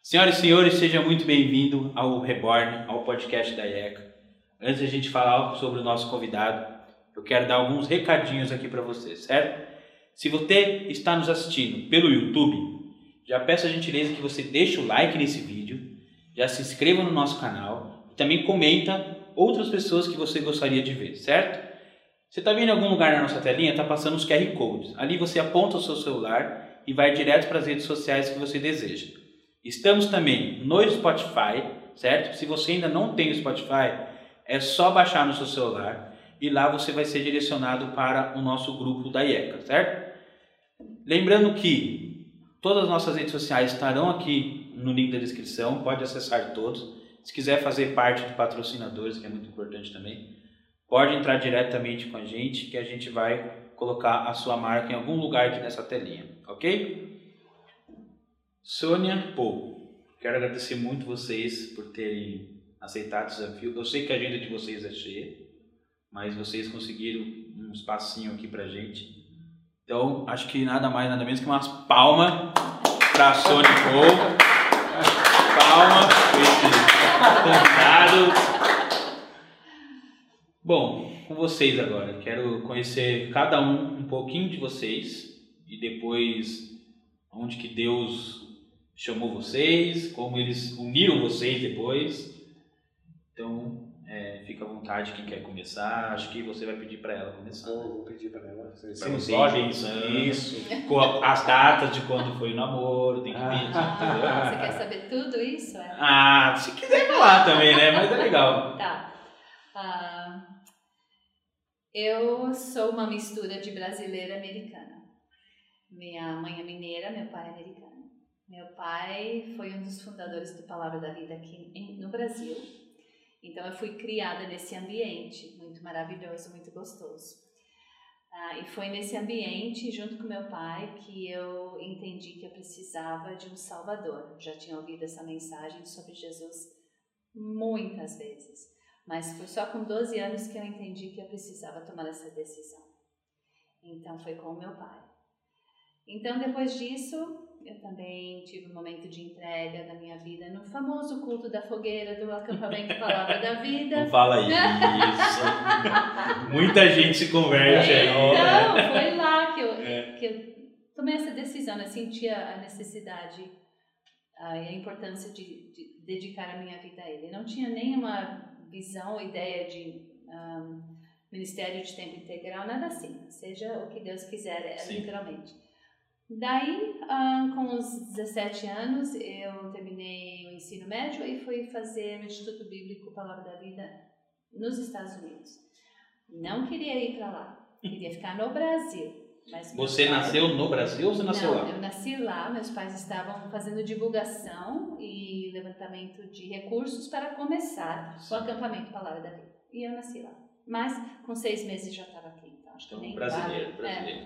Senhoras e senhores, seja muito bem-vindo ao Reborn, ao podcast da IECA. Antes de a gente falar sobre o nosso convidado, eu quero dar alguns recadinhos aqui para você, certo? Se você está nos assistindo pelo YouTube, já peço a gentileza que você deixe o like nesse vídeo, já se inscreva no nosso canal e também comenta outras pessoas que você gostaria de ver, certo? Você está vendo em algum lugar na nossa telinha, está passando os QR Codes. Ali você aponta o seu celular e vai direto para as redes sociais que você deseja. Estamos também no Spotify, certo? Se você ainda não tem o Spotify, é só baixar no seu celular e lá você vai ser direcionado para o nosso grupo da IECA, certo? Lembrando que todas as nossas redes sociais estarão aqui no link da descrição, pode acessar todos. Se quiser fazer parte de patrocinadores, que é muito importante também, pode entrar diretamente com a gente, que a gente vai colocar a sua marca em algum lugar aqui nessa telinha, ok? Sônia, quero agradecer muito vocês por terem aceitado o desafio. Eu sei que a agenda de vocês é cheia, mas vocês conseguiram um espacinho aqui pra gente. Então, acho que nada mais, nada menos que umas palmas pra Sônia Palma para esse convidado. Bom, com vocês agora. Quero conhecer cada um pouquinho de vocês e depois onde que Deus chamou vocês, como eles uniram vocês depois. Então, fica à vontade quem quer começar. Acho que você vai pedir para ela começar. Vou pedir para ela. Para você ir pensando. Isso. Com as datas de quando foi o namoro, tem que pedir. Você quer saber tudo isso? Se quiser falar também, né? Mas é legal. Tá. Eu sou uma mistura de brasileira e americana. Minha mãe é mineira, meu pai é americano. Meu pai foi um dos fundadores do Palavra da Vida aqui no Brasil. Então eu fui criada nesse ambiente muito maravilhoso, muito gostoso. E foi nesse ambiente, junto com meu pai, que eu entendi que eu precisava de um Salvador. Eu já tinha ouvido essa mensagem sobre Jesus muitas vezes, mas foi só com 12 anos que eu entendi que eu precisava tomar essa decisão. Então foi com o meu pai. Então depois disso, eu também tive um momento de entrega da minha vida no famoso culto da fogueira do acampamento Palavra da Vida. Não fala isso. Muita gente se converte aí. Então, foi lá que eu tomei essa decisão, né? Senti a necessidade e a importância de dedicar a minha vida a Ele. Eu não tinha nenhuma visão ou ideia de ministério de tempo integral, nada assim. Seja o que Deus quiser, literalmente. Daí, com os 17 anos, eu terminei o ensino médio e fui fazer o Instituto Bíblico Palavra da Vida nos Estados Unidos. Não queria ir para lá, queria ficar no Brasil. Mas você nasceu no Brasil ou você nasceu lá? Não, eu nasci lá, meus pais estavam fazendo divulgação e levantamento de recursos para começar o acampamento Palavra da Vida. E eu nasci lá. Mas com 6 meses já estava aqui, então acho que nem brasileiro.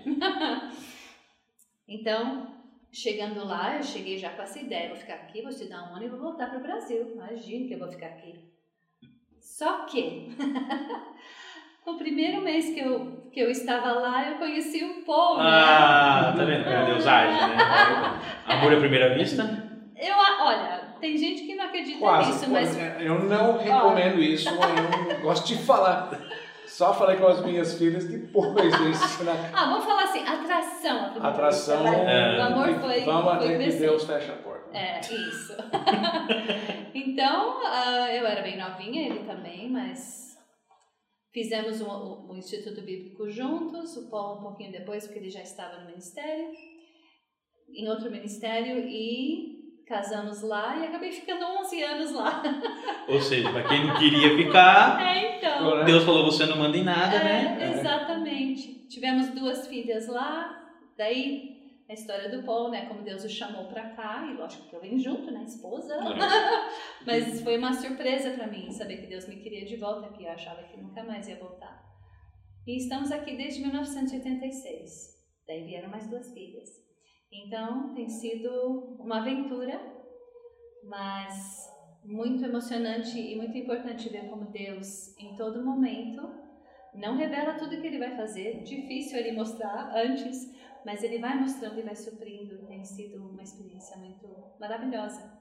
Então, chegando lá, eu cheguei já com essa ideia, vou ficar aqui, vou estudar um ano e vou voltar para o Brasil. Imagina que eu vou ficar aqui. Só que, no primeiro mês que eu estava lá, eu conheci o Paul. Tá vendo? Deus age, né? Amor à primeira vista? Olha, tem gente que não acredita nisso, mas... Eu não recomendo isso, eu não gosto de falar. Só falei com as minhas filhas depois disso, né? Vamos falar assim, atração. Atração. O amor foi... Vamos até que Deus feche a porta. Isso. Então, eu era bem novinha, ele também, mas fizemos o Instituto Bíblico juntos, o Paulo um pouquinho depois, porque ele já estava no ministério, em outro ministério, e casamos lá e acabei ficando 11 anos lá. Ou seja, para quem não queria ficar, então, Deus falou, você não manda em nada, né? Exatamente. Tivemos 2 filhas lá, daí a história do Paul, né, como Deus o chamou para cá, e lógico que eu vim junto, né, esposa, mas foi uma surpresa para mim saber que Deus me queria de volta aqui, eu achava que nunca mais ia voltar. E estamos aqui desde 1986, daí vieram mais 2 filhas. Então, tem sido uma aventura, mas muito emocionante e muito importante ver como Deus, em todo momento, não revela tudo que Ele vai fazer. Difícil Ele mostrar antes, mas Ele vai mostrando e vai suprindo. Tem sido uma experiência muito maravilhosa.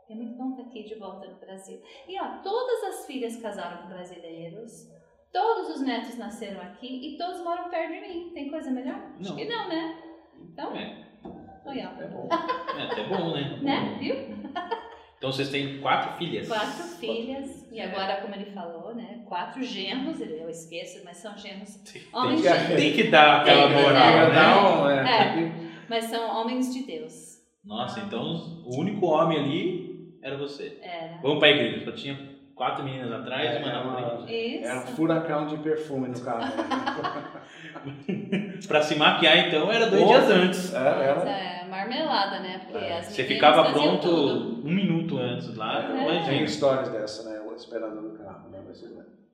É muito bom estar aqui de volta no Brasil. E ó, todas as filhas casaram com brasileiros, todos os netos nasceram aqui e todos moram perto de mim. Tem coisa melhor? Não. Acho que não, né? Então, olha, ó. É bom. É até bom, né? Né? Viu? Então vocês têm 4 filhas. 4 filhas. E agora, como ele falou, né? 4 genros. Eu esqueço, mas são genros. Homens de Deus. Tem que dar aquela moral, né? Mas são homens de Deus. Nossa, então o único homem ali era você. Era. Vamos pra igreja. Só tinha 4 meninas atrás e uma na frente. Isso. Era um furacão de perfume no carro. Pra se maquiar, então, era 2 dias antes. É marmelada, né? Porque as Você meninas ficava faziam pronto tudo. 1 minuto antes lá. Tem Imagina. histórias dessa, né? Eu esperando no carro, né? Mas,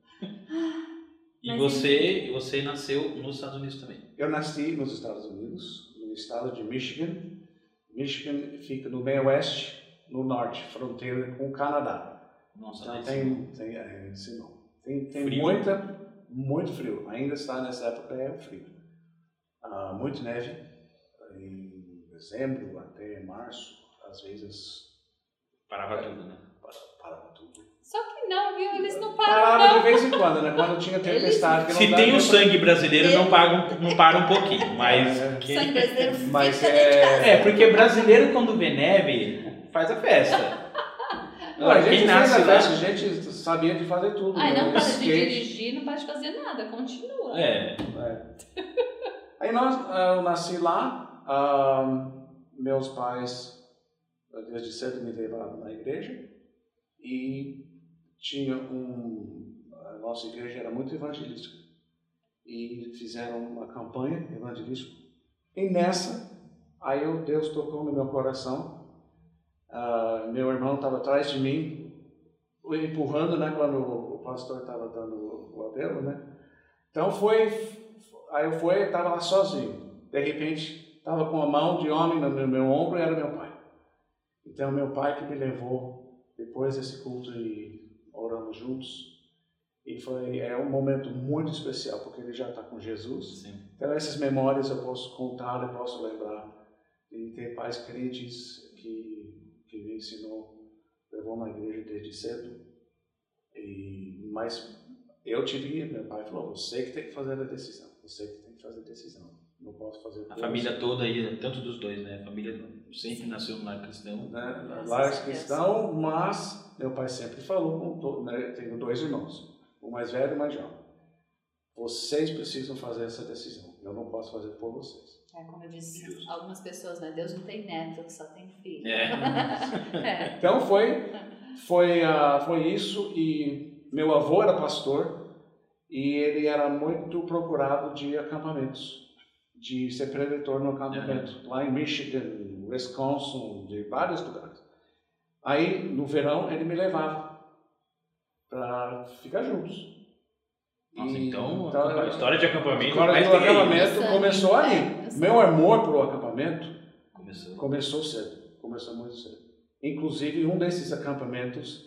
E Mas você nasceu nos Estados Unidos também. eu nasci nos Estados Unidos, no estado de Michigan. Michigan fica no meio oeste, no norte, fronteira com o Canadá. Nossa, Então mas tem Frio. muito frio. Ainda está nessa época, é frio. Muito neve, em dezembro até março, às vezes parava tudo, né? parava tudo. Só que não, viu? Eles não param, Parava não. de vez em quando, né? Quando tinha tempestade. Que não Se dá tem o tempo- sangue brasileiro, não para um pouquinho. Mas, Sangue brasileiro Mas fica dentro de casa. porque brasileiro quando vê neve, faz a festa. Não, a gente Quem fez nasce a lá- festa, a gente sabia de fazer tudo. Ai, não né? para de Skate. dirigir, não para de fazer nada, continua. Aí eu nasci lá, meus pais, desde cedo me levaram na igreja e a nossa igreja era muito evangelística e fizeram uma campanha evangelística. E nessa, aí Deus tocou no meu coração. Meu irmão estava atrás de mim, empurrando, né, quando o pastor estava dando o apelo, né? Então aí eu estava lá sozinho. De repente, estava com a mão de homem no meu ombro e era meu pai. Então, meu pai que me levou depois desse culto e oramos juntos. E é um momento muito especial, porque ele já está com Jesus. Sim. Então, essas memórias eu posso contar, eu posso lembrar. E ter pais crentes que me ensinou, levou na igreja desde cedo. Mas meu pai falou, você que tem que fazer a decisão, você que tem que fazer a decisão, não posso fazer A família toda aí, tanto dos dois, né? A família sempre nasceu no lar cristão. né? Lar cristão, mas meu pai sempre falou, né? Tenho 2 irmãos, o mais velho e o mais jovem. Vocês precisam fazer essa decisão, eu não posso fazer por vocês. Como eu disse, Justo. algumas pessoas, né? Deus não tem neto, só tem filho. Então foi isso, e meu avô era pastor e ele era muito procurado de acampamentos, de ser preletor no acampamento, lá em Michigan, Wisconsin, de vários lugares. Aí no verão ele me levava para ficar juntos. Nossa, então a história de acampamento O acampamento começou ali. Nossa. Meu amor pelo acampamento começou cedo, começou muito cedo. Inclusive, um desses acampamentos,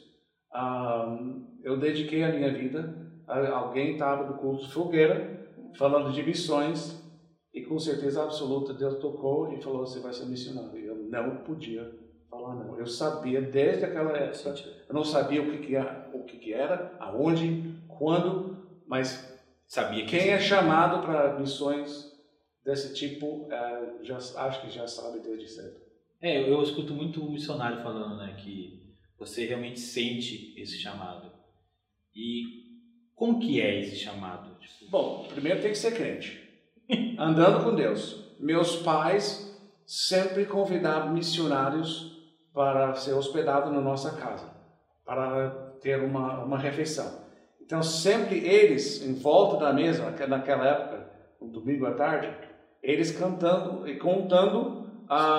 eu dediquei a minha vida. Alguém estava no culto de fogueira, falando de missões, e com certeza absoluta Deus tocou e falou, você vai ser missionário. Eu não podia falar não. Eu sabia desde aquela época, eu não sabia o que era, aonde, quando, mas sabia que quem é chamado para missões desse tipo, acho que já sabe desde cedo. Eu escuto muito um missionário falando, né, que você realmente sente esse chamado. E como que é esse chamado? Bom, primeiro tem que ser crente, andando com Deus. Meus pais sempre convidavam missionários para ser hospedados na nossa casa, para ter uma refeição. Então, sempre eles, em volta da mesa, naquela época, um domingo à tarde, eles cantando e contando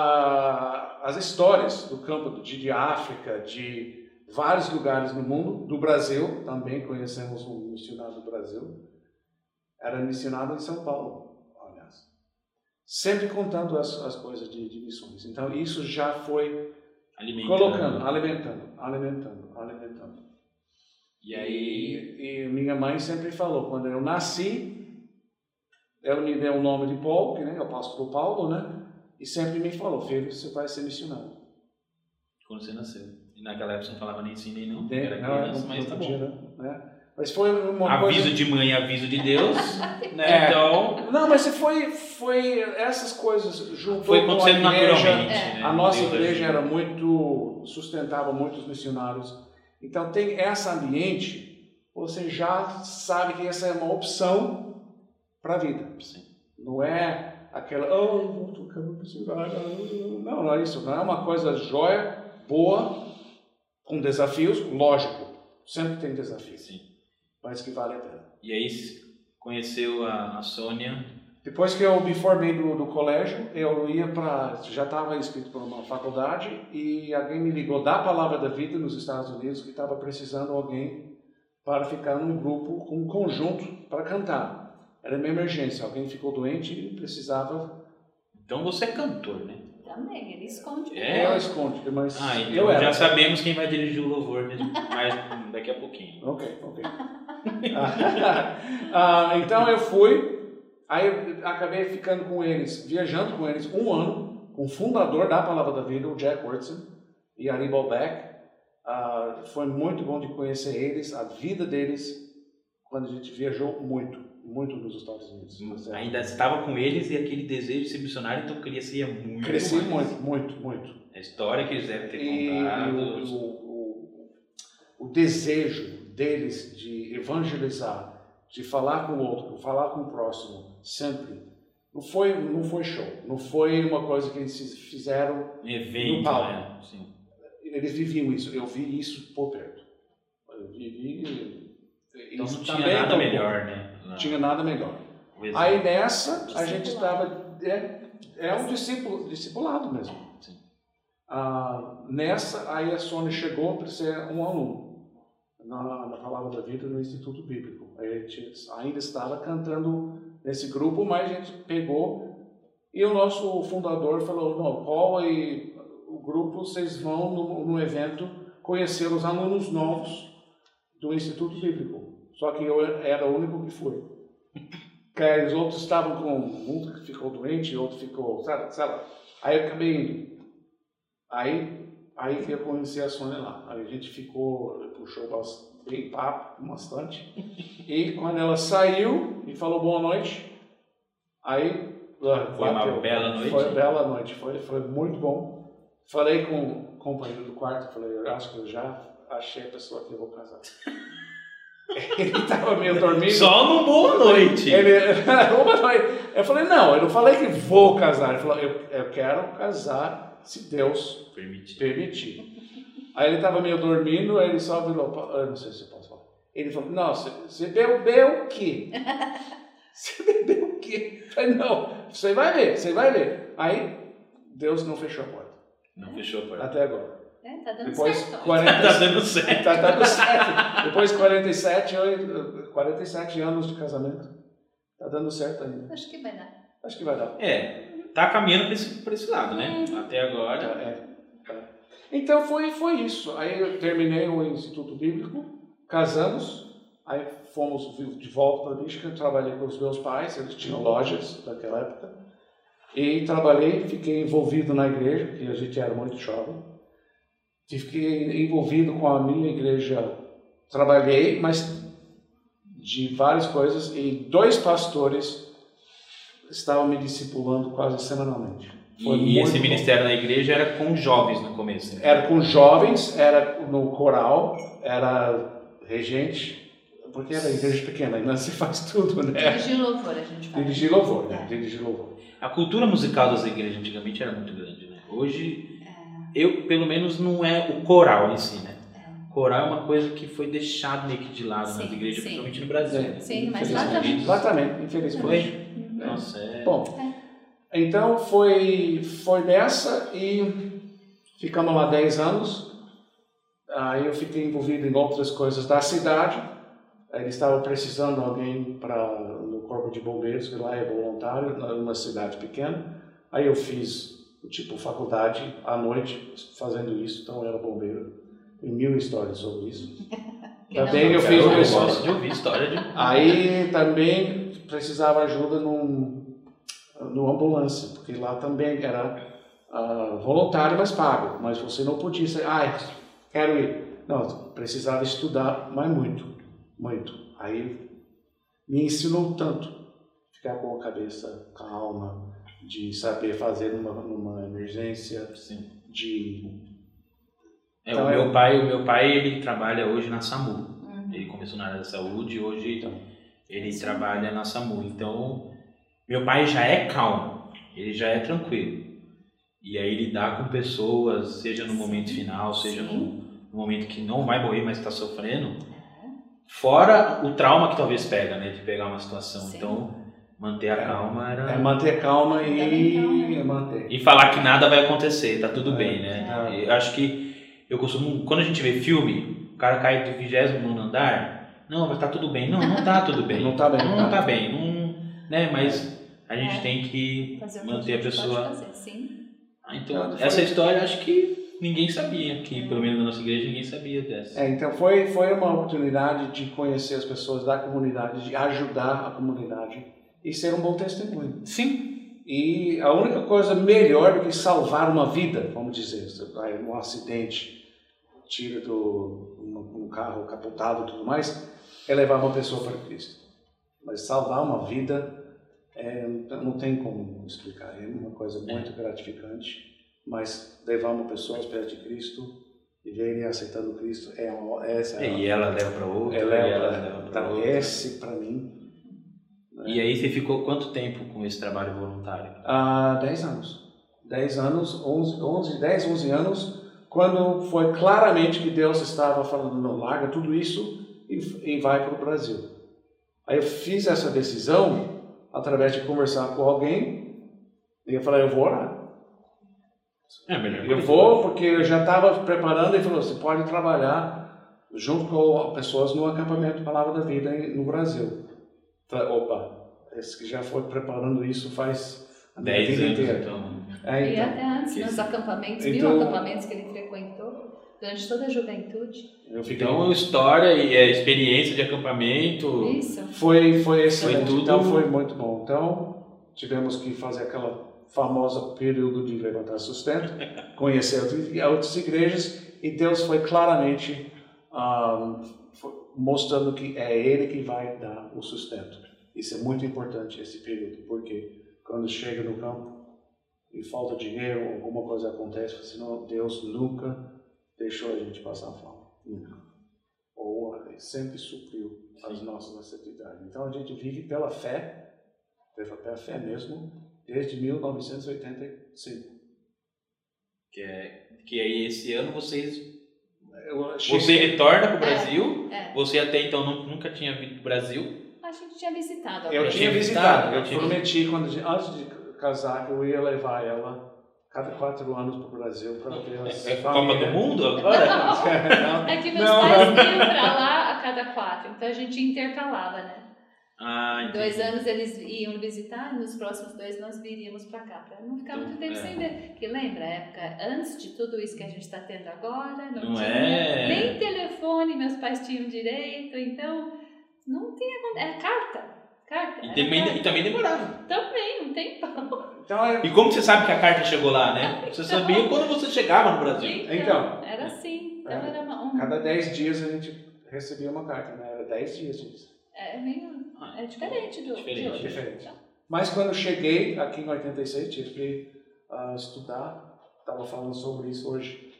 as histórias do campo de África, de vários lugares no mundo, do Brasil, também conhecemos um missionário do Brasil, era missionário em São Paulo, aliás. Sempre contando as coisas de missões. Então, isso já foi colocando, alimentando. E aí... E minha mãe sempre falou, quando eu nasci, ela me deu o nome de Paulo, que é o pastor Paulo, né? E sempre me falou, filho, você vai ser missionário. Quando você nasceu. E naquela época você não falava nem sim nem não. Era criança, mas tá bom. Né? Mas foi uma Aviso coisa... de mãe, aviso de Deus, né? Então... Não, mas foi essas coisas juntou Foi com a acontecendo igreja. naturalmente. Né? A nossa Deus igreja ajuda. era muito... sustentava muitos missionários. Então tem esse ambiente, você já sabe que essa é uma opção para a vida. Sim. Não é aquela, vou tocar no missionário. Não é isso. Não é uma coisa jóia, boa, com desafios, lógico. Sempre tem desafios. Sim. Mas que vale a pena. E aí conheceu a Sônia. Depois que eu me formei do colégio, eu já estava inscrito para uma faculdade e alguém me ligou da Palavra da Vida nos Estados Unidos que estava precisando de alguém para ficar num grupo, um conjunto para cantar. Era uma emergência, alguém ficou doente e precisava... Então você é cantor, né? Também, ele esconde. Ela esconde, mas então eu era. Já sabemos quem vai dirigir o louvor mesmo, mas daqui a pouquinho. Ok. Então eu fui, aí eu acabei ficando com eles, viajando com eles 1 ano, com o fundador da Palavra da Vida, o Jack Wyrtzen, e Aníbal Beck. Foi muito bom de conhecer eles, a vida deles, quando a gente viajou muito nos Estados Unidos. Ainda estava com eles e aquele desejo de ser missionário, então crescia muito. Cresci muito. A história que eles devem ter contado. O desejo deles de evangelizar, de falar com o outro, falar com o próximo, sempre. Não foi show, não foi uma coisa que eles fizeram evento, no palco. Né? Sim. Eles viviam isso, eu vi isso por perto. Eu vivi... Então não tinha nada melhor, né? Não tinha nada melhor. Aí nessa, a gente estava... É um discipulado mesmo. Sim. Nessa, aí a Sônia chegou para ser um aluno na Palavra da Vida no Instituto Bíblico. Aí a gente ainda estava cantando nesse grupo, mas a gente pegou e o nosso fundador falou, não, Paul e o grupo, vocês vão no evento conhecer os alunos novos do Instituto Bíblico. Só que eu era o único que foi. Porque os outros estavam com... Um que ficou doente, outro ficou... Sabe? Aí eu acabei indo. Aí que eu conheci a Sônia lá. Aí a gente puxou bem papo, bastante. E quando ela saiu e falou boa noite, aí... Foi uma bela noite. Foi uma bela noite. Foi muito bom. Falei com o companheiro do quarto, falei, eu acho que eu já achei a pessoa que eu vou casar. Ele estava meio dormindo. Só uma boa noite. Uma noite. Eu falei, não, eu não falei que vou casar. Ele falou, eu quero casar se Deus permitir. Aí ele estava meio dormindo, aí ele só virou, eu não sei se eu posso falar. Ele falou, não, você bebeu o quê? Você bebeu o quê? Eu falei, não, você vai ver. Aí Deus não fechou a porta. Não fechou a porta. Até agora. Tá dando Depois, certo. Tá dando certo. Tá dando certo. Depois de 47 anos de casamento, tá dando certo ainda. Acho que vai dar. Acho que vai dar. Tá caminhando para esse lado, né? Até agora. Então foi isso. Aí eu terminei o Instituto Bíblico, casamos, aí fomos de volta para Michigan, trabalhei com os meus pais, eles tinham lojas naquela época, e fiquei envolvido na igreja, que a gente era muito jovem. Fiquei envolvido com a minha igreja, trabalhei, mas de várias coisas, e 2 pastores estavam me discipulando quase semanalmente. E esse ministério na igreja era com jovens no começo? Né? Era com jovens, era no coral, era regente, porque era igreja pequena, ainda se faz tudo, né? Dirigir louvor, a gente fala. Dirigir louvor. A cultura musical das igrejas antigamente era muito grande, né? Hoje... pelo menos não é o coral em si, né? Coral é uma coisa que foi deixado meio que de lado nas igrejas, principalmente no Brasil. Sim, mas lá também, infelizmente. Foi? Nossa, Bom, então foi nessa e ficamos lá 10 anos. Aí eu fiquei envolvido em outras coisas da cidade. Eles estavam precisando de alguém no Corpo de Bombeiros, que lá é voluntário, numa cidade pequena. Aí eu fiz faculdade à noite fazendo isso, então eu era bombeiro. Tem 1000 histórias sobre isso. Também eu fiz uma história. Eu ouvi história de... Aí também precisava ajuda no ambulância, porque lá também era voluntário, mas pago. Mas você não podia dizer, quero ir. Não, precisava estudar, mas muito, muito. Aí me ensinou tanto. Ficar com a cabeça calma, de saber fazer numa emergência, Sim. Então, o meu pai ele trabalha hoje na SAMU. Ele começou na área da saúde e hoje ele trabalha na SAMU. Então, meu pai já é calmo, ele já é tranquilo. E aí lidar com pessoas, seja no momento final, seja no momento que não vai morrer, mas está sofrendo, fora o trauma que talvez pega, né, de pegar uma situação. Sim. Então, manter a calma era... manter calma e manter. E falar que nada vai acontecer, tá tudo bem, né? Eu acho que eu costumo, quando a gente vê filme, o cara cai do 29º andar, não, vai estar tudo bem. Não, não tá tudo bem. Não tá bem. Não tá bem, não, né? Mas a gente tem que manter a pessoa... Pode fazer, sim. Então, essa história acho que ninguém sabia, que pelo menos na nossa igreja ninguém sabia dessa. Então foi uma oportunidade de conhecer as pessoas da comunidade, de ajudar a comunidade e ser um bom testemunho. Sim. E a única coisa melhor do que salvar uma vida, vamos dizer, um acidente, tira um carro capotado e tudo mais, é levar uma pessoa para Cristo. Mas salvar uma vida, não tem como explicar, é uma coisa muito gratificante, mas levar uma pessoa aos pés de Cristo e verem aceitando Cristo, e ela leva para outra, ela leva para outra. Esse para mim. E aí você ficou quanto tempo com esse trabalho voluntário? 10 anos. 10 anos, 11 anos, quando foi claramente que Deus estava falando, não, larga tudo isso e vai para o Brasil. Aí eu fiz essa decisão através de conversar com alguém e eu falei, eu vou orar. Eu vou porque eu já estava preparando e falou, você pode trabalhar junto com pessoas no acampamento Palavra da Vida no Brasil. Esse que já foi preparando isso faz 10 anos então. E até antes, nos acampamentos, 1000 acampamentos que ele frequentou durante toda a juventude. Então, história e experiência de acampamento. Isso. Foi excelente. Tudo... Então foi muito bom. Então tivemos que fazer aquela famosa período de levantar sustento, conhecer outras igrejas e Deus foi claramente mostrando que é Ele que vai dar o sustento. Isso é muito importante, esse período, porque quando chega no campo e falta dinheiro, alguma coisa acontece, senão Deus nunca deixou a gente passar fome. Nunca. Ou sempre supriu as nossas necessidades. Então a gente vive pela fé mesmo, desde 1985. Que aí esse ano você retorna para o Brasil, você até então nunca tinha vindo para o Brasil. A gente tinha visitado. Eu tinha visitado. Eu prometi, antes de casar, que eu ia levar ela cada 4 anos para o Brasil para ver as Copa do Mundo agora? É que meus pais iam para lá a cada 4, então a gente intercalava, né? Em 2 anos eles iam visitar e nos próximos 2 nós viríamos para cá, para não ficar muito tempo sem ver. Porque lembra, a época antes de tudo isso que a gente está tendo agora, não tinha nem telefone, meus pais tinham direito, então não tinha carta. E também demorava. Também, um tempão. Então, E como você sabe que a carta chegou lá, né? Você sabia quando você chegava no Brasil. Então era assim. Então era cada 10 dias a gente recebia uma carta, né? Era 10 dias disso. É diferente de hoje. Diferente. Mas quando eu cheguei aqui em 86, tive que estudar. Estava falando sobre isso hoje.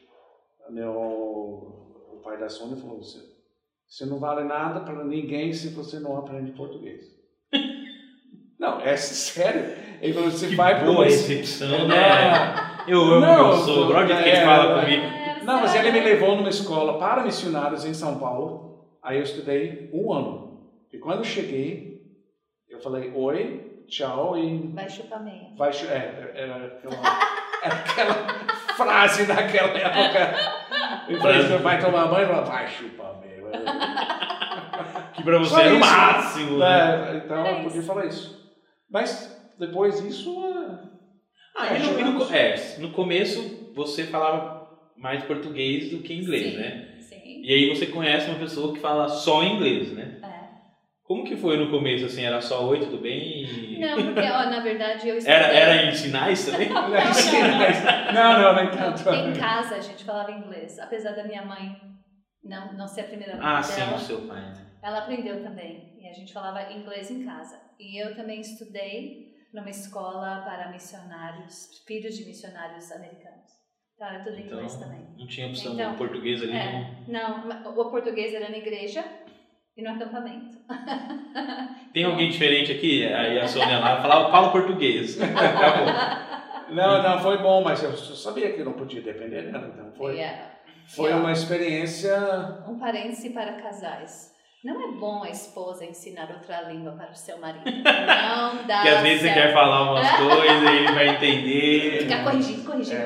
O pai da Sônia falou, você não vale nada para ninguém se você não aprende português. Não, é sério. Ele falou, você vai boa recepção, né? Eu amo meu sogro. Onde que ele fala comigo? Não, mas ele me levou numa escola para missionários em São Paulo. Aí eu estudei 1 ano. E quando eu cheguei, eu falei, oi, tchau e... Vai chupar meia. Aquela frase daquela época. Eu falei, você vai tomar banho? Ela vai chupar meia. Que pra você era o máximo. Né? Então eu podia falar isso. Mas depois disso... no começo você falava mais português do que inglês, né? Sim. E aí você conhece uma pessoa que fala só inglês, né? Como que foi no começo, assim? Era só oi, tudo bem? E... Não, porque, na verdade, eu estudei... Era em sinais também? Não, nem tanto. Em casa a gente falava inglês, apesar da minha mãe não ser a primeira língua dela. Sim, o seu pai. Ela aprendeu também, e a gente falava inglês em casa. E eu também estudei numa escola para missionários, filhos de missionários americanos. Então era tudo em inglês também. Não tinha opção então, português ali? Não, o português era na igreja e no acampamento. Tem alguém diferente aqui? Aí a Sônia lá falava, fala português. Tá bom. Não, foi bom, mas eu sabia que não podia depender dela, então foi uma experiência... Um parêntese para casais. Não é bom a esposa ensinar outra língua para o seu marido. Não dá. Porque às vezes você quer falar umas coisas e ele vai entender. Ficar corrigindo.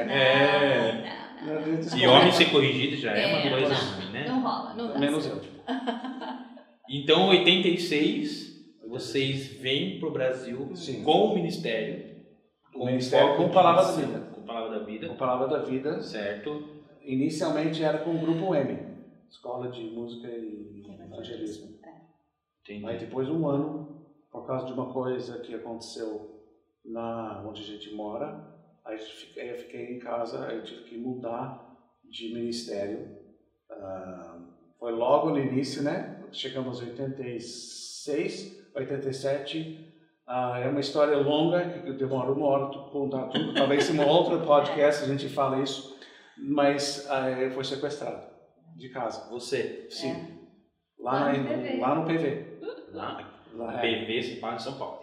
Não. E homem ser corrigido já é uma coisa ruim, né? Não rola, não dá. Menos eu. Então, em 86, vocês vêm para o Brasil com o ministério. Com Palavra da Vida. Com Palavra da Vida. Com Palavra da Vida. Certo. Inicialmente era com o Grupo M, Escola de Música e Evangelismo. Entendi. Aí depois de um ano, por causa de uma coisa que aconteceu onde a gente mora, aí eu fiquei em casa, eu tive que mudar de ministério. Foi logo no início, né? Chegamos em 86, 87. É uma história longa, que demora uma hora para contar tudo. Talvez em um outro podcast a gente fale isso. Mas foi sequestrado de casa. Você? Sim. Lá no PV. Lá no PV, se fala em São Paulo.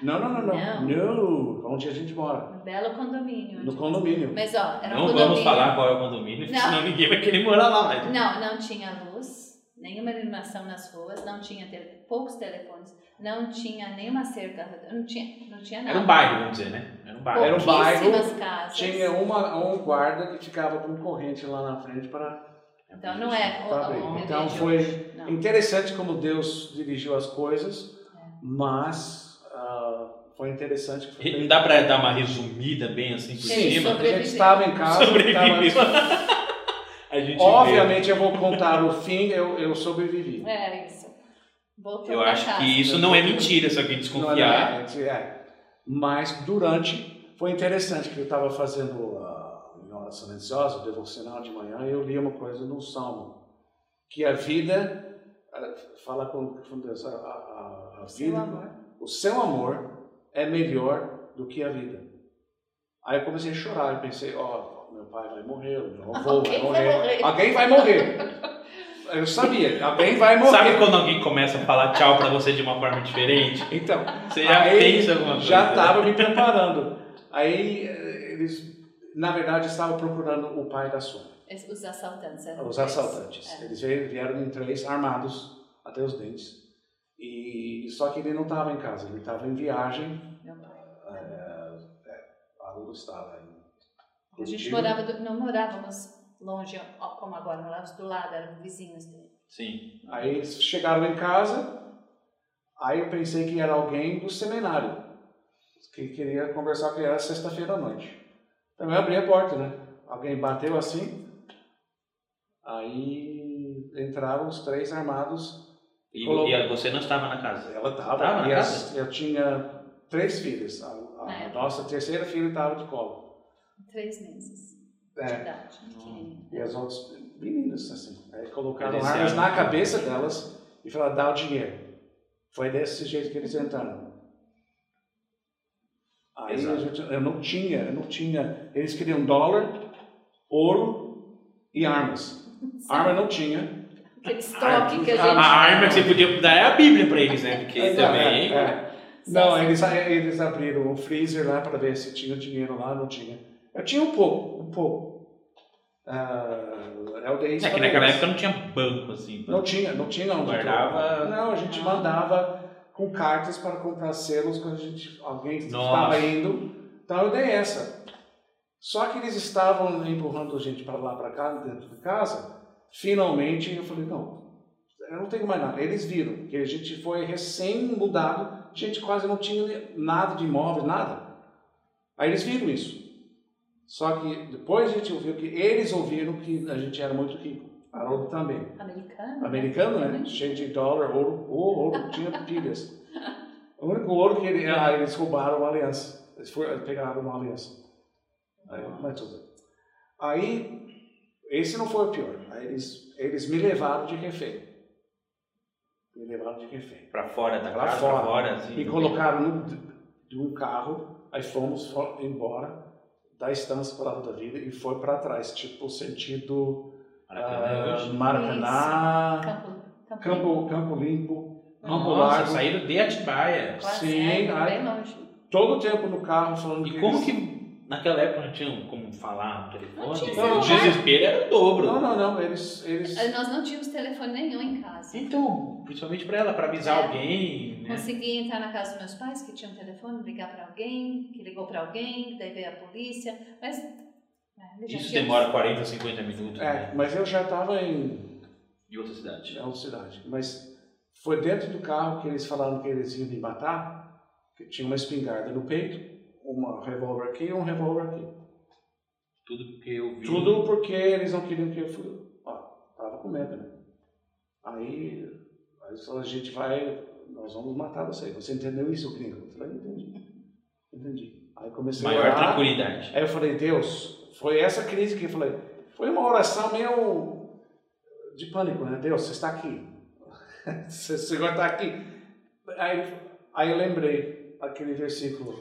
Não. Onde a gente mora. No belo condomínio. No condomínio. Mas era um condomínio. Não vamos falar qual é o condomínio, senão ninguém vai querer morar lá. Mas... Não tinha luz, nenhuma iluminação nas ruas, não tinha poucos telefones, não tinha nenhuma cerca, não tinha nada. Era um bairro, vamos dizer, né? Era um bairro. Casas. Tinha um guarda que ficava com corrente lá na frente para... Então não é Então foi interessante como Deus dirigiu as coisas, mas foi interessante. Não dá para dar uma resumida bem assim por cima? A gente estava em casa. Obviamente eu vou contar o fim, eu sobrevivi. É isso. Eu acho que isso não é mentira, só que desconfiar. Mas foi interessante que eu estava fazendo em hora silenciosa, o devocional de manhã, e eu li uma coisa no Salmo, que a vida, fala com Deus, a vida, o seu amor é melhor do que a vida. Aí eu comecei a chorar, eu pensei, meu pai vai morrer, meu avô vai morrer, alguém vai morrer. Eu sabia, alguém vai morrer. Sabe quando alguém começa a falar tchau pra você de uma forma diferente? Então, você já pensa alguma coisa? Já estava me preparando. Aí eles, na verdade, estavam procurando o pai da Sônia. Os assaltantes. Os assaltantes. Eles vieram em 3 armados até os dentes. Só que ele não estava em casa, ele estava em viagem. Meu pai. A Lula estava em... A gente não morávamos longe, como agora, morávamos do lado, eram vizinhos dele. Sim. Aí eles chegaram em casa, aí eu pensei que era alguém do seminário, que queria conversar, que era sexta-feira à noite. Então eu abri a porta, né? Alguém bateu assim, aí entraram os 3 armados. E você não estava na casa? Ela estava na casa? Eu tinha 3 filhas, a nossa terceira filha estava de colo. 3 meses. De idade. E as outras meninas, assim. Aí colocaram armas na cabeça delas e falaram, dá o dinheiro. Foi desse jeito que eles entraram. Aí eu não tinha. Eles queriam dólar, ouro e armas. Arma não tinha. Aquele estoque que a gente... A arma que você podia dar é a Bíblia para eles, né? Porque também... Não, eles abriram o freezer lá para ver se tinha dinheiro lá, não tinha. Eu tinha um pouco. Eu dei isso que naquela época não tinha banco, assim. Não tinha onde guardava. Não, a gente mandava com cartas para comprar selos quando alguém estava indo. Então eu dei essa. Só que eles estavam empurrando a gente para lá, para cá, dentro de casa. Finalmente eu falei, não, eu não tenho mais nada. Eles viram que a gente foi recém-mudado, a gente quase não tinha nada de imóveis, nada. Aí eles viram isso. Só que depois a gente ouviu que eles ouviram que a gente era muito rico. Haroldo também. Americano, né? Cheio de dólar, ouro, tinha pilhas. O único ouro que eles roubaram uma aliança. Eles pegaram uma aliança. Mas tudo. Aí, esse não foi o pior. Aí eles me levaram de refém. Pra fora da Pra casa, fora. pra fora, assim. Me colocaram de um carro, aí fomos embora da estância para da vida e foi para trás, tipo sentido Maracanã, Campo Limpo, Campo Largo. Saíram de Atibaia. Sim, bem longe. Todo o tempo no carro falando E como que naquela época não tinha como falar no telefone? Não tinha O celular. desespero era o dobro. Não, eles... Nós não tínhamos telefone nenhum em casa. Então, principalmente para ela, para avisar alguém, né? Consegui entrar na casa dos meus pais, que tinham um telefone, ligar para alguém, que ligou para alguém, daí veio a polícia, mas... Isso demora 40, 50 minutos. Né? Mas eu já estava em outra cidade. outra cidade. Mas foi dentro do carro que eles falaram que eles iam me matar, que tinha uma espingarda no peito, um revólver aqui e um revólver aqui. Tudo porque eu vi. Tudo porque eles não queriam que eu fosse. Tava com medo, né? Aí a gente nós vamos matar você. Você entendeu isso, gringo? Eu falei, entendi. Aí comecei Maior tranquilidade. Aí eu falei, Deus, foi essa crise que eu falei. Foi uma oração meio de pânico, né? Deus, você está aqui. Você agora está aqui. Aí eu lembrei aquele versículo.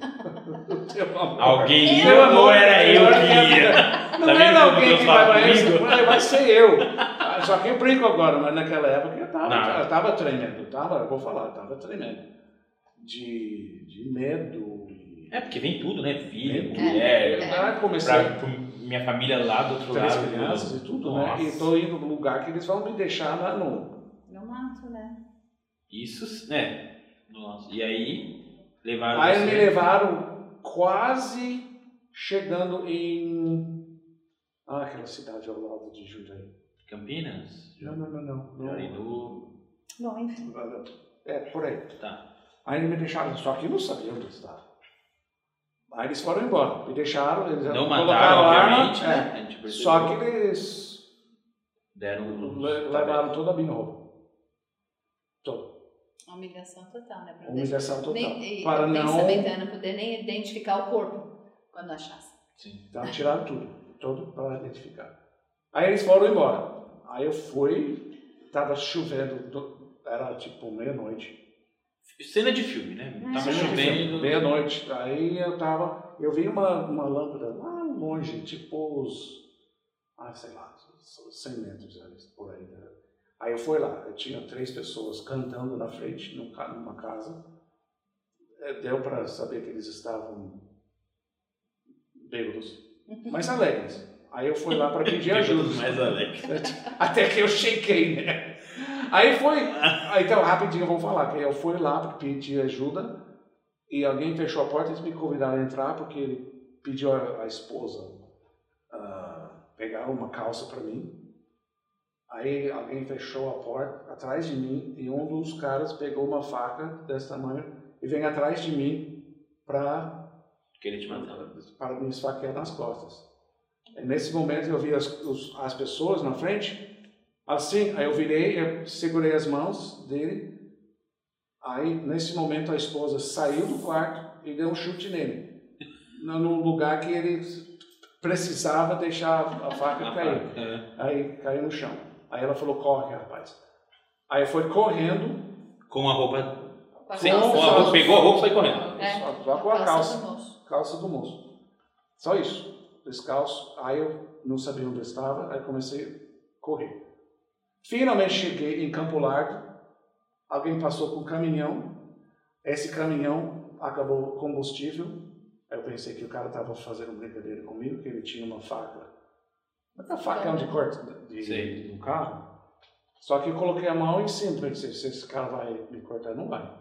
Alguém ia ou era eu que ia? Não era alguém que vai ser eu. Só que eu brinco agora, mas naquela época eu estava tremendo. Eu vou falar, eu estava tremendo. De medo. É, porque vem tudo, né? Filho, mulher. Comecei. Minha família lá do outro lado. 3 crianças e tudo, Nossa. né? E estou indo no lugar que eles vão me deixar lá no mato, né? Isso, né? Nossa. E aí, levaram Aí você. me levaram quase chegando em... aquela cidade ao lado de Jundiaí. Campinas? Não. Bom, enfim. Por aí. Tá. Aí eles me deixaram, só que eu não sabia onde estava. Aí eles foram embora, me deixaram, eles Não colocaram mataram, arma, obviamente, né? A gente percebeu. Só que eles deram levaram toda a minha roupa. Toda. Humilhação total, né? Humilhação total. Para não poder nem identificar o corpo quando achasse. Sim. Então tiraram tudo para identificar. Aí eles foram embora. Aí eu fui, estava chovendo, era tipo meia-noite. Cena de filme, né? Tava chovendo. Meia-noite. Aí eu vi uma lâmpada lá longe, tipo sei lá, 100 metros por aí. Aí eu fui lá, eu tinha 3 pessoas cantando na frente, numa casa. Deu para saber que eles estavam bêbados, mas alegres. Aí eu fui lá para pedir ajuda. Mais alegre. Até que eu chequei, né? Então, rapidinho, vamos falar que eu fui lá para pedir ajuda e alguém fechou a porta e eles me convidaram a entrar porque ele pediu a esposa pegar uma calça para mim. Aí alguém fechou a porta atrás de mim e um dos caras pegou uma faca desse tamanho e vem atrás de mim para me esfaquear nas costas. E nesse momento eu vi as pessoas na frente. Assim, aí eu virei, eu segurei as mãos dele. Aí, nesse momento, a esposa saiu do quarto e deu um chute nele. No lugar que ele precisava deixar a faca cair. Aí caiu no chão. Aí ela falou, corre, rapaz. Aí foi correndo. Com a roupa... Pegou a roupa e foi correndo. Só com a calça do moço. Só isso. Descalço. Aí eu não sabia onde eu estava. Aí comecei a correr. Finalmente cheguei em Campo Largo, alguém passou com um caminhão, esse caminhão acabou o combustível, eu pensei que o cara estava fazendo brincadeira comigo, que ele tinha uma faca, uma facão de corte no carro, só que eu coloquei a mão em cima, pensei, se esse cara vai me cortar, não vai.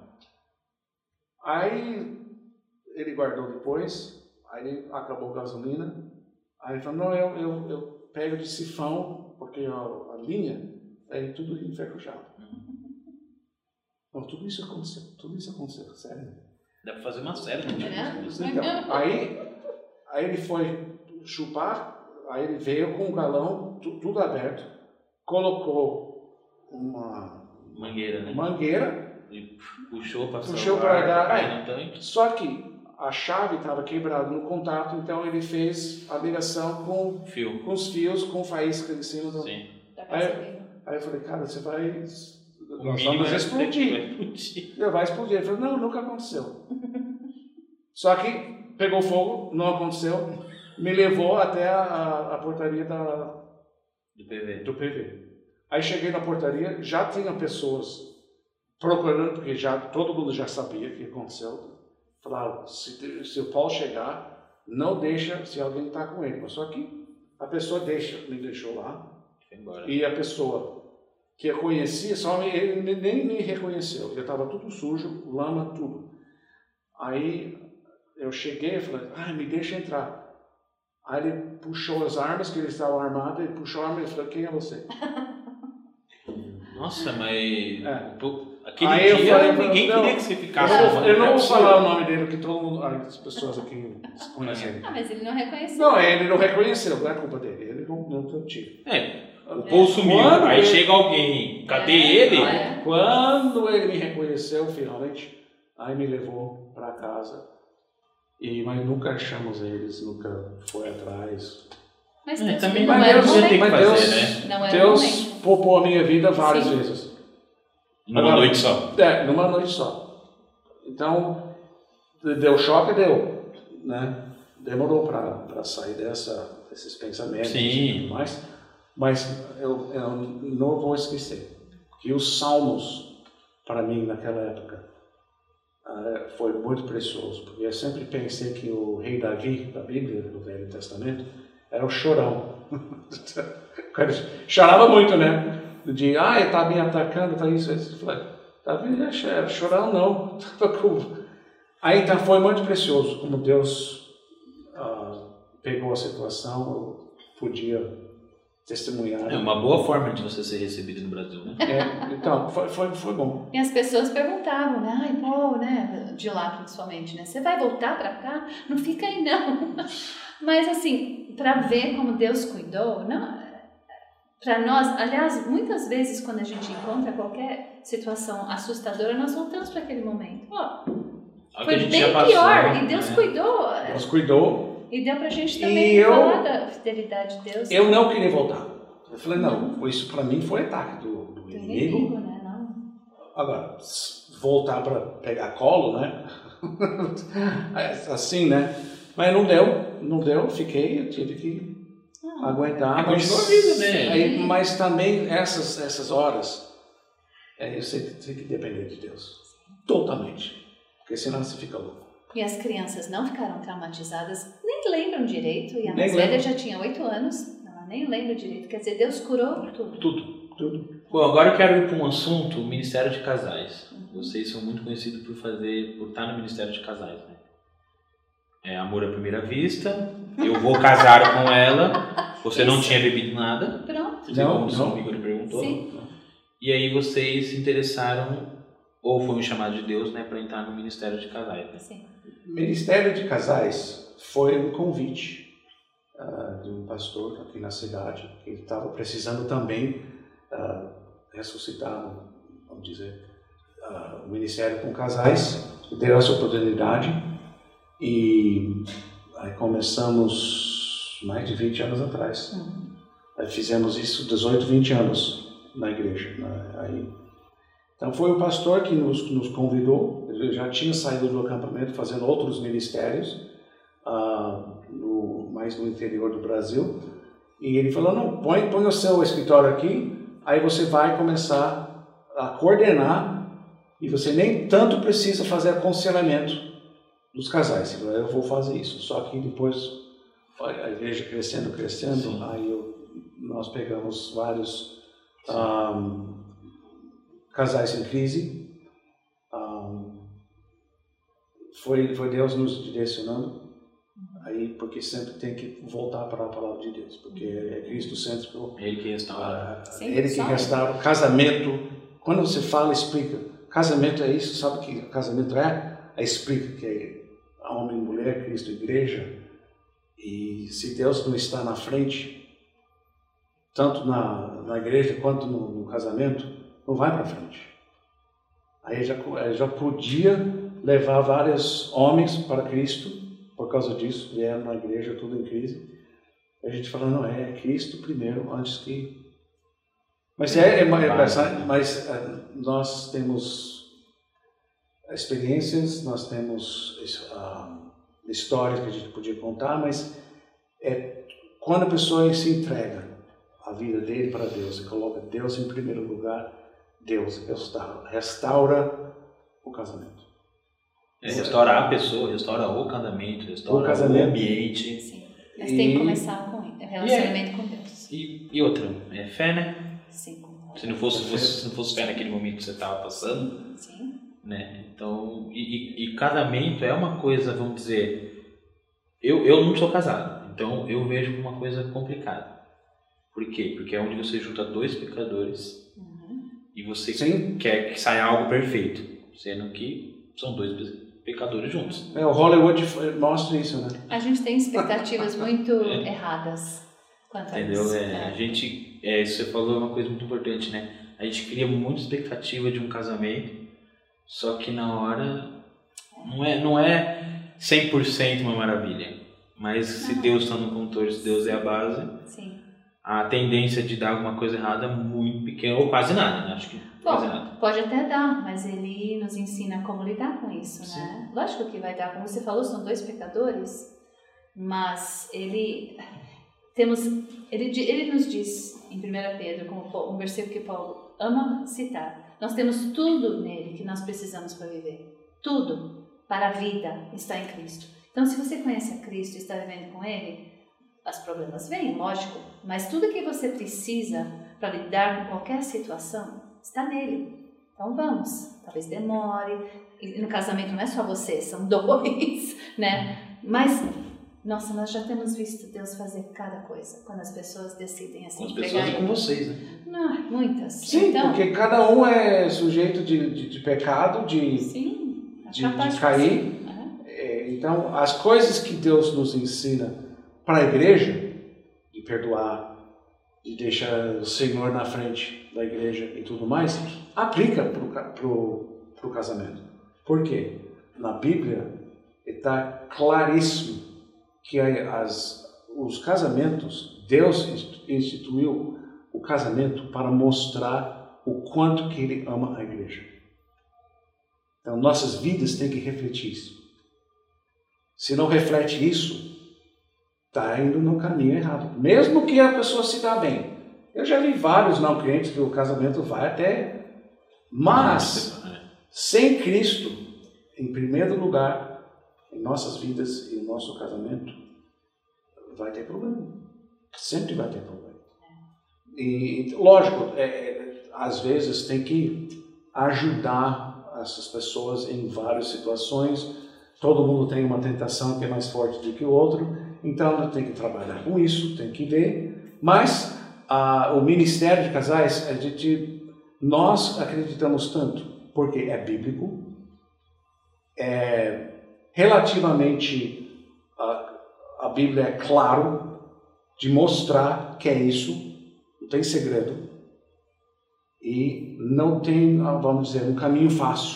Aí ele guardou depois, aí acabou a gasolina, aí ele falou, não, eu pego de sifão, porque a linha... Aí tudo enferrujado. Não, tudo isso aconteceu, sério. Dá pra fazer uma série, né? Então, aí ele foi chupar, aí ele veio com o galão tudo aberto, colocou uma Mangueira, né? E puxou para dar. cair no tanque. Só que a chave estava quebrada no contato, então ele fez a ligação com os fios, com faísca em cima do... Sim. Aí eu falei, cara, você vai... Nós vamos explodir. Vai explodir. Ele falou, não, nunca aconteceu. Só que pegou fogo, não aconteceu, me levou até a portaria do PV. Aí cheguei na portaria, já tinha pessoas procurando, porque todo mundo já sabia o que aconteceu. Falaram, se o Paulo chegar, não deixa se alguém está com ele. Mas só que a pessoa me deixou lá. E a pessoa que eu conhecia, ele nem me reconheceu. Eu estava tudo sujo, lama, tudo. Aí eu cheguei e falei, me deixa entrar. Aí ele puxou as armas, que ele estava armado, ele puxou a arma e falou, quem é você? Nossa, mas... Aquele aí dia ninguém queria que você ficasse... Eu não vou falar o nome dele, porque todo mundo, as pessoas aqui conhecem ele. Mas ele não reconheceu. Não, ele não reconheceu, não é culpa dele, ele não tem tiro. O Paul sumiu, aí chega alguém, cadê ele? Quando ele me reconheceu, finalmente, aí me levou para casa, mas nunca achamos eles, nunca foi atrás. Mas também não era o que tem que fazer, né? Deus poupou a minha vida várias vezes. Numa noite só. Numa noite só. Então, deu choque, né? Demorou para sair desses pensamentos e tudo mais. Mas eu não vou esquecer que os Salmos, para mim, naquela época, foi muito precioso. Porque eu sempre pensei que o rei Davi, da Bíblia, do Velho Testamento, era o chorão. Chorava muito, né? Ele está me atacando, está isso. Eu falei, Davi não é chorão, não. Aí então foi muito precioso como Deus pegou a situação, eu podia testemunhar. É uma boa forma de você ser recebido no Brasil, né? Então, foi bom. E as pessoas perguntavam, né? Paul, né? De lá principalmente, né? Você vai voltar para cá? Não fica aí, não. Mas assim, para ver como Deus cuidou, não... Para nós, aliás, muitas vezes quando a gente encontra qualquer situação assustadora, nós voltamos para aquele momento. Foi bem pior, e Deus cuidou. Deus cuidou. E deu para a gente também falar da fidelidade de Deus. Eu não queria voltar. Eu falei, não, isso para mim foi ataque do inimigo. Né? Não. Agora, voltar para pegar colo, né? Assim, né? Mas não deu, eu tive que aguentar. Continua a vida, né? Mas também essas horas, eu sei que tem que depender de Deus. Totalmente. Porque senão você fica louco. E as crianças não ficaram traumatizadas, nem lembram direito. E a mais velha já tinha 8 anos, ela nem lembra direito. Quer dizer, Deus curou tudo. Tudo. Bom, agora eu quero ir para um assunto, o Ministério de Casais. Vocês são muito conhecidos por estar no Ministério de Casais, né? É amor à primeira vista, eu vou casar com ela, você não tinha bebido nada. Pronto. Não. O Igor perguntou. Sim. E aí vocês se interessaram, ou foi um chamado de Deus, né, para entrar no Ministério de Casais, né? Sim. Ministério de Casais foi um convite de um pastor aqui na cidade, que estava precisando também ressuscitar, vamos dizer, o Ministério com Casais, deu essa oportunidade. E aí começamos mais de 20 anos atrás. Aí fizemos isso 18, 20 anos na igreja. Aí. Então foi o pastor que nos convidou. Ele já tinha saído do acampamento fazendo outros ministérios, mais no interior do Brasil. E ele falou, não, põe o seu escritório aqui, aí você vai começar a coordenar e você nem tanto precisa fazer aconselhamento dos casais. Eu vou fazer isso. Só que depois a igreja crescendo, aí nós pegamos vários casais em crise. Foi Deus nos direcionando. Aí, porque sempre tem que voltar para a palavra de Deus, porque é Cristo cêntrico. Ele que restaura. Ele que restaura. Casamento, quando você fala, explica. Casamento é isso, sabe o que casamento é? Explica que é homem e mulher, Cristo e igreja. E se Deus não está na frente, tanto na igreja quanto no casamento, não vai para frente. Aí já podia levar vários homens para Cristo, por causa disso, vieram na igreja, tudo em crise. A gente fala, não, é Cristo primeiro, antes que... Mas nós temos experiências, nós temos histórias que a gente podia contar, mas quando a pessoa se entrega a vida dele para Deus e coloca Deus em primeiro lugar, Deus restaura o casamento. Restaura a pessoa, restaura o casamento, restaura o ambiente. Sim. Mas tem que começar com o relacionamento com Deus. E outra, é fé, né? Sim. Se não fosse fé naquele momento que você estava passando, Sim. Né? Então, e casamento é uma coisa, vamos dizer, eu não sou casado, então eu vejo uma coisa complicada. Por quê? Porque é onde você junta dois pecadores e você quer que saia algo perfeito, sendo que são dois pecadores juntos. O Hollywood mostra isso, né? A gente tem expectativas muito erradas quanto a isso. A gente, isso que você falou é uma coisa muito importante, né? A gente cria muita expectativa de um casamento, só que na hora não é 100% uma maravilha. Mas se Deus está no controle, se Deus é a base, sim, a tendência de dar alguma coisa errada é muito pequena, ou quase nada, né? Acho que quase nada. Pode até dar, mas ele nos ensina como lidar com isso, né? Sim. Lógico que vai dar, como você falou, são dois pecadores, mas ele nos diz em 1 Pedro, como um versículo que Paulo ama citar, nós temos tudo nele que nós precisamos para viver. Tudo para a vida está em Cristo. Então, se você conhece a Cristo e está vivendo com Ele, os problemas vêm, lógico, mas tudo que você precisa para lidar com qualquer situação está nele. Então, vamos. Talvez demore. E no casamento não é só você, são dois, né? Mas... Nossa, nós já temos visto Deus fazer cada coisa quando as pessoas decidem assim. As pessoas e com vocês, né? Não, muitas. Sim, então, porque cada um é sujeito de pecado, de cair. Então, as coisas que Deus nos ensina para a igreja, de perdoar, de deixar o Senhor na frente da igreja e tudo mais, aplica para o casamento. Por quê? Na Bíblia está claríssimo que os casamentos, Deus instituiu o casamento para mostrar o quanto que Ele ama a igreja. Então, nossas vidas têm que refletir isso. Se não reflete isso, está indo no caminho errado. Mesmo que a pessoa se dá bem. Eu já vi vários não crentes que o casamento vai até... Mas, sem Cristo, em primeiro lugar, em nossas vidas e no nosso casamento, vai ter problema. Sempre vai ter problema. E, lógico, às vezes tem que ajudar essas pessoas em várias situações. Todo mundo tem uma tentação que é mais forte do que o outro, então tem que trabalhar com isso, tem que ver. Mas o ministério de casais, nós acreditamos tanto, porque é bíblico, relativamente a Bíblia é claro de mostrar que é isso, não tem segredo e não tem, vamos dizer, um caminho fácil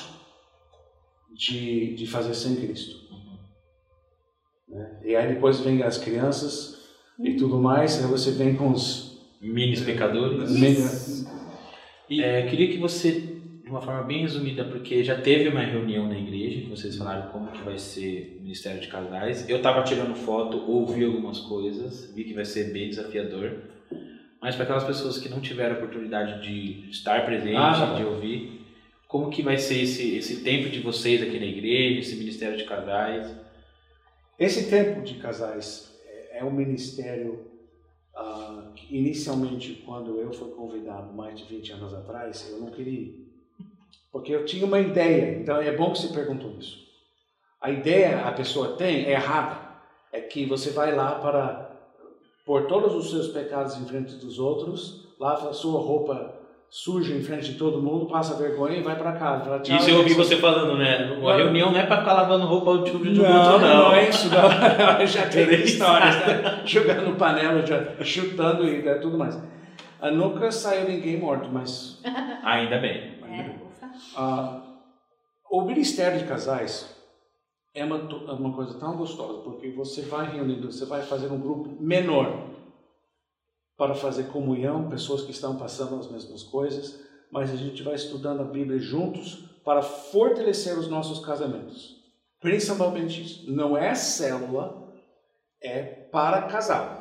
de fazer sem Cristo. Né? E aí depois vem as crianças e tudo mais, aí você vem com os mini pecadores. Queria que você, de uma forma bem resumida, porque já teve uma reunião na igreja, que vocês falaram como que vai ser o Ministério de Casais. Eu estava tirando foto, ouvi algumas coisas, vi que vai ser bem desafiador. Mas para aquelas pessoas que não tiveram a oportunidade de estar presente, de ouvir, como que vai ser esse tempo de vocês aqui na igreja, esse Ministério de Casais? Esse tempo de casais é um ministério que inicialmente, quando eu fui convidado mais de 20 anos atrás, eu não queria ir. Porque eu tinha uma ideia, então é bom que você perguntou isso. A ideia a pessoa tem é errada. É que você vai lá para pôr todos os seus pecados em frente dos outros, lava a sua roupa suja em frente de todo mundo, passa vergonha e vai para casa. Fala, tchau, isso eu ouvi você falando, né? A reunião não é para ficar lavando roupa de outro, não é isso, não. Já tem histórias, né? Jogando panela, chutando e tudo mais. Nunca saiu ninguém morto, mas Ainda bem. Ufa. O ministério de casais é uma coisa tão gostosa, porque você vai reunindo, você vai fazer um grupo menor para fazer comunhão, pessoas que estão passando as mesmas coisas, mas a gente vai estudando a Bíblia juntos para fortalecer os nossos casamentos. Principalmente isso. Não é célula, é para casal.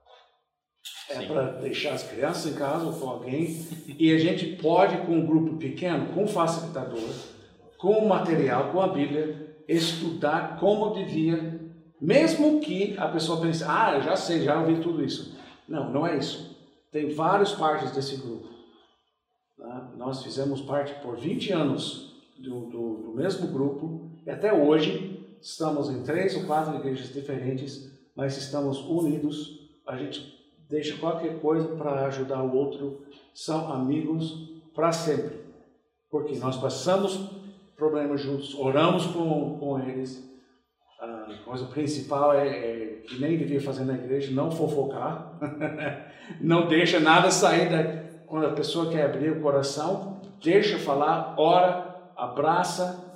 É para deixar as crianças em casa ou com alguém. E a gente pode, com um grupo pequeno, com um facilitador, com o material, com a Bíblia, estudar como devia, mesmo que a pessoa pense, eu já sei, já ouvi tudo isso. Não, não é isso. Tem várias partes desse grupo. Tá? Nós fizemos parte por 20 anos do mesmo grupo, e até hoje estamos em 3 ou 4 igrejas diferentes, mas estamos unidos. A gente deixa qualquer coisa para ajudar o outro, são amigos para sempre, porque nós passamos problemas juntos, oramos com eles. A coisa principal é que nem devia fazer na igreja, não fofocar, não deixa nada sair quando a pessoa quer abrir o coração, deixa falar, ora, abraça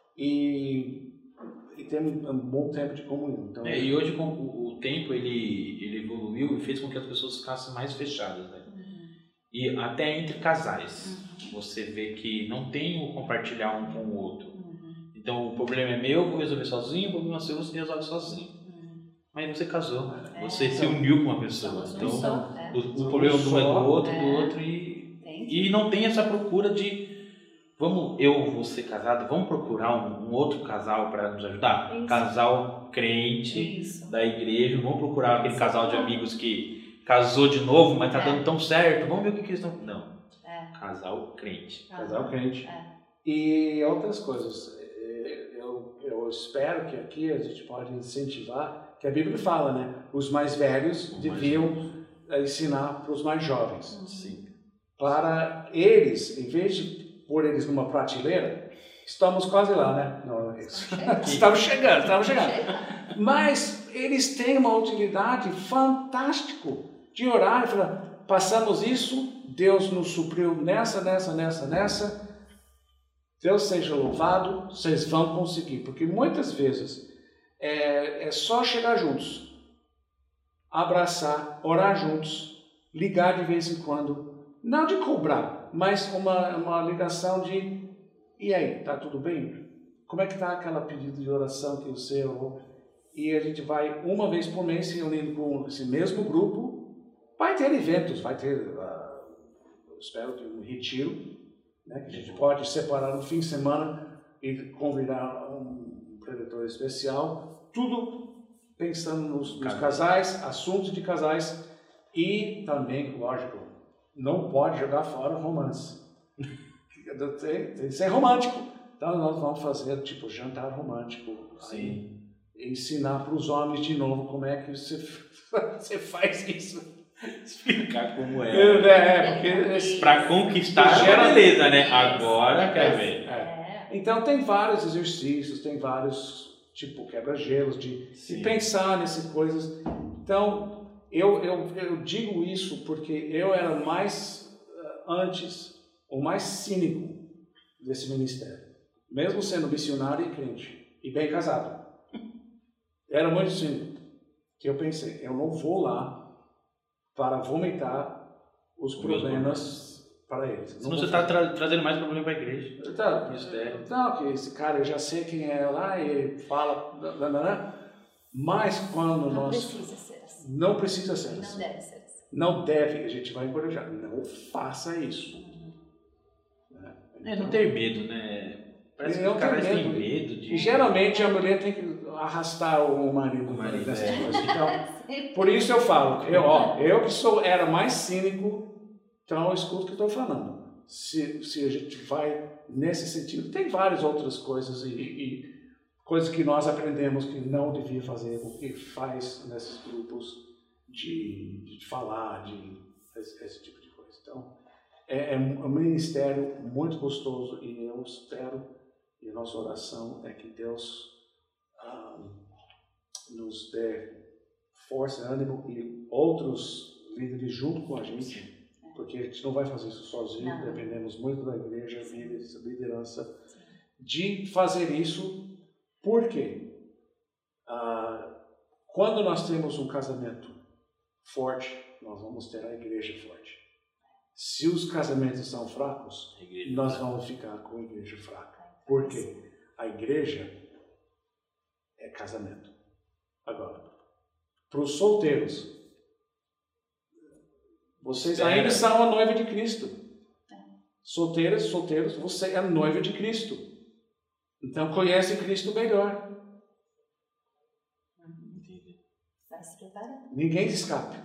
e tem um bom tempo de comunhão. Então, e hoje com o tempo ele evoluiu e fez com que as pessoas ficassem mais fechadas, né? E até entre casais, você vê que não tem o compartilhar um com o outro. Então o problema é meu, vou resolver sozinho, o problema é seu, você resolve sozinho. Mas você casou, você se uniu com uma pessoa. Então o problema do é do outro e não tem essa procura de você casado, vamos procurar um outro casal para nos ajudar? Isso. Casal crente da igreja, vamos procurar aquele casal de amigos que casou de novo, mas tá dando tão certo, vamos ver o que eles estão... Não, casal crente. Casal crente. E outras coisas. Eu espero que aqui a gente pode incentivar, que a Bíblia fala, né? Os mais velhos deviam ensinar para os mais jovens. Sim. Para eles, em vez de pôr eles numa prateleira, estamos quase lá, né? Não, estamos chegando. Mas eles têm uma utilidade fantástica de orar e falar, passamos isso, Deus nos supriu nessa. Deus seja louvado, vocês vão conseguir. Porque muitas vezes é só chegar juntos, abraçar, orar juntos, ligar de vez em quando, não de cobrar, mas uma ligação de, e aí, tá tudo bem? Como é que tá aquela pedido de oração que você orou? E a gente vai uma vez por mês se reunindo com esse mesmo grupo. Vai ter eventos, vai ter, eu espero que um retiro, né, que a gente pode separar no fim de semana e convidar um preletor especial, tudo pensando nos casais, assuntos de casais e também, lógico, não pode jogar fora o romance. Tem que ser romântico. Então nós vamos fazer tipo jantar romântico. Sim. Ensinar para os homens de novo como é que você faz isso. Explicar como é. Porque para conquistar é beleza, né? Agora quer ver. Então tem vários exercícios, tem vários tipo quebra-gelos de pensar nessas coisas. Então eu digo isso porque eu era mais antes o mais cínico desse ministério, mesmo sendo missionário e crente e bem casado. Era muito cínico que eu pensei, eu não vou lá para vomitar os problemas para eles. Senão você está trazendo mais problema para a igreja. Não, que esse cara, eu já sei quem é lá, ele fala... Mas quando não precisa ser assim. Não precisa ser assim. Não deve ser assim. Não deve, a gente vai encorajar. Não faça isso. Não ter medo, né? Parece que os caras têm medo de... E geralmente a mulher tem que arrastar o marido nessas coisas. Então, por isso eu falo, eu que era mais cínico, então eu escuto o que estou falando. Se a gente vai nesse sentido, tem várias outras coisas e coisas que nós aprendemos que não devia fazer, o que faz nesses grupos de falar, esse tipo de coisa. Então, é um ministério muito gostoso e eu espero, e a nossa oração é que Deus nos dê força, ânimo e outros líderes junto com a gente porque a gente não vai fazer isso sozinho, Não. dependemos muito da igreja, liderança, de fazer isso. Por quê? Quando nós temos um casamento forte, nós vamos ter a igreja forte. Se os casamentos são fracos, nós vamos ficar com a igreja fraca. Por quê? A igreja é casamento. Agora, para os solteiros, vocês ainda são a noiva de Cristo. Solteiros, você é a noiva de Cristo. Então conhece Cristo melhor. Vai se preparar. Ninguém escapa.